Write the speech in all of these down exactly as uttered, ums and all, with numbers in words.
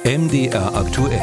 M D R aktuell.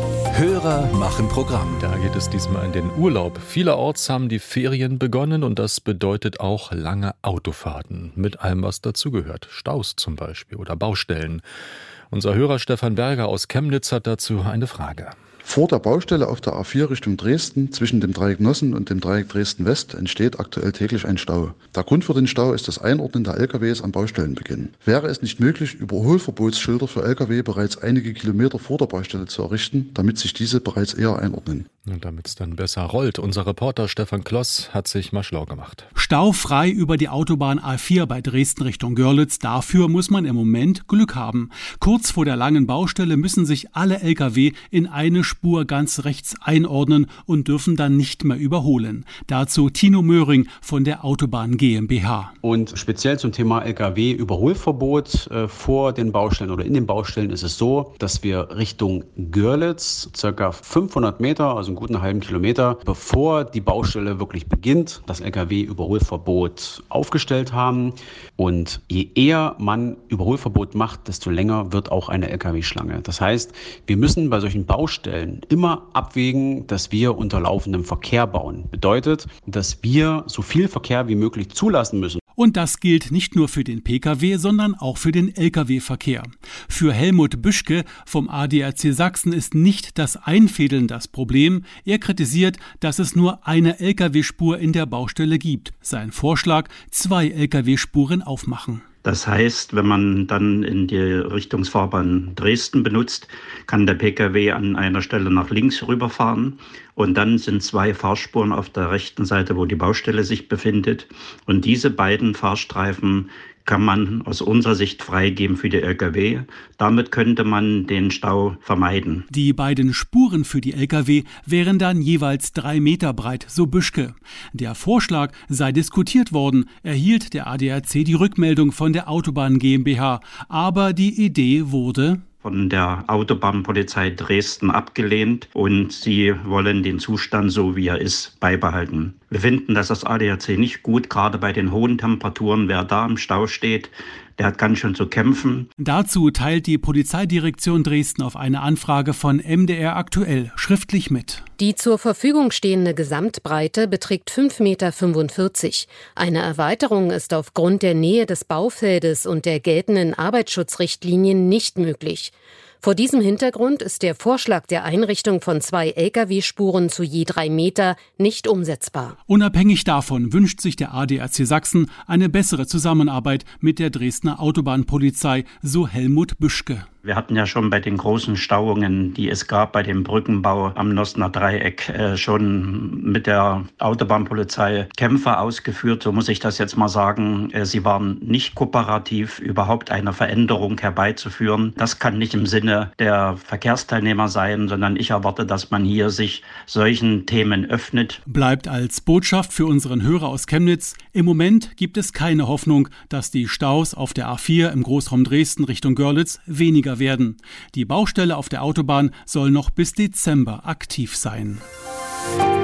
Hörer machen Programm. Da geht es diesmal in den Urlaub. Vielerorts haben die Ferien begonnen und das bedeutet auch lange Autofahrten. Mit allem, was dazugehört. Staus zum Beispiel oder Baustellen. Unser Hörer Stefan Berger aus Chemnitz hat dazu eine Frage. Vor der Baustelle auf der A vier Richtung Dresden zwischen dem Dreieck Nossen und dem Dreieck Dresden-West entsteht aktuell täglich ein Stau. Der Grund für den Stau ist das Einordnen der L K Ws am Baustellenbeginn. Wäre es nicht möglich, Überholverbotsschilder für L K W bereits einige Kilometer vor der Baustelle zu errichten, damit sich diese bereits eher einordnen? Und damit es dann besser rollt. Unser Reporter Stefan Kloss hat sich mal schlau gemacht. Staufrei über die Autobahn A vier bei Dresden Richtung Görlitz. Dafür muss man im Moment Glück haben. Kurz vor der langen Baustelle müssen sich alle L K W in eine Spur ganz rechts einordnen und dürfen dann nicht mehr überholen. Dazu Tino Möhring von der Autobahn GmbH. Und speziell zum Thema L K W-Überholverbot äh, vor den Baustellen oder in den Baustellen ist es so, dass wir Richtung Görlitz circa fünfhundert Meter, also einen guten halben Kilometer, bevor die Baustelle wirklich beginnt, das L K W-Überholverbot aufgestellt haben. Und je eher man Überholverbot macht, desto länger wird auch eine L K W-Schlange. Das heißt, wir müssen bei solchen Baustellen immer abwägen, dass wir unter laufendem Verkehr bauen. Bedeutet, dass wir so viel Verkehr wie möglich zulassen müssen. Und das gilt nicht nur für den Pkw, sondern auch für den L K W-Verkehr. Für Helmut Büschke vom A D A C Sachsen ist nicht das Einfädeln das Problem. Er kritisiert, dass es nur eine L K W-Spur in der Baustelle gibt. Sein Vorschlag: zwei L K W-Spuren aufmachen. Das heißt, wenn man dann in die Richtungsfahrbahn Dresden benutzt, kann der Pkw an einer Stelle nach links rüberfahren und dann sind zwei Fahrspuren auf der rechten Seite, wo die Baustelle sich befindet. Und diese beiden Fahrstreifen kann man aus unserer Sicht freigeben für die L K W. Damit könnte man den Stau vermeiden. Die beiden Spuren für die L K W wären dann jeweils drei Meter breit, so Büschke. Der Vorschlag sei diskutiert worden, erhielt der A D A C die Rückmeldung von der Autobahn GmbH. Aber die Idee wurde von der Autobahnpolizei Dresden abgelehnt und sie wollen den Zustand, so wie er ist, beibehalten. Wir finden, dass das A D A C nicht gut, gerade bei den hohen Temperaturen. Wer da im Stau steht, der hat ganz schön zu kämpfen. Dazu teilt die Polizeidirektion Dresden auf eine Anfrage von M D R aktuell schriftlich mit. Die zur Verfügung stehende Gesamtbreite beträgt fünf Komma fünfundvierzig Meter. Eine Erweiterung ist aufgrund der Nähe des Baufeldes und der geltenden Arbeitsschutzrichtlinien nicht möglich. Vor diesem Hintergrund ist der Vorschlag der Einrichtung von zwei L K W-Spuren zu je drei Meter nicht umsetzbar. Unabhängig davon wünscht sich der A D A C Sachsen eine bessere Zusammenarbeit mit der Dresdner Autobahnpolizei, so Helmut Büschke. Wir hatten ja schon bei den großen Stauungen, die es gab bei dem Brückenbau am Nossener Dreieck, äh, schon mit der Autobahnpolizei Kämpfe ausgeführt. So muss ich das jetzt mal sagen. Äh, sie waren nicht kooperativ, überhaupt eine Veränderung herbeizuführen. Das kann nicht im Sinne der Verkehrsteilnehmer sein, sondern ich erwarte, dass man hier sich solchen Themen öffnet. Bleibt als Botschaft für unseren Hörer aus Chemnitz: Im Moment gibt es keine Hoffnung, dass die Staus auf der A vier im Großraum Dresden Richtung Görlitz weniger werden. Die Baustelle auf der Autobahn soll noch bis Dezember aktiv sein.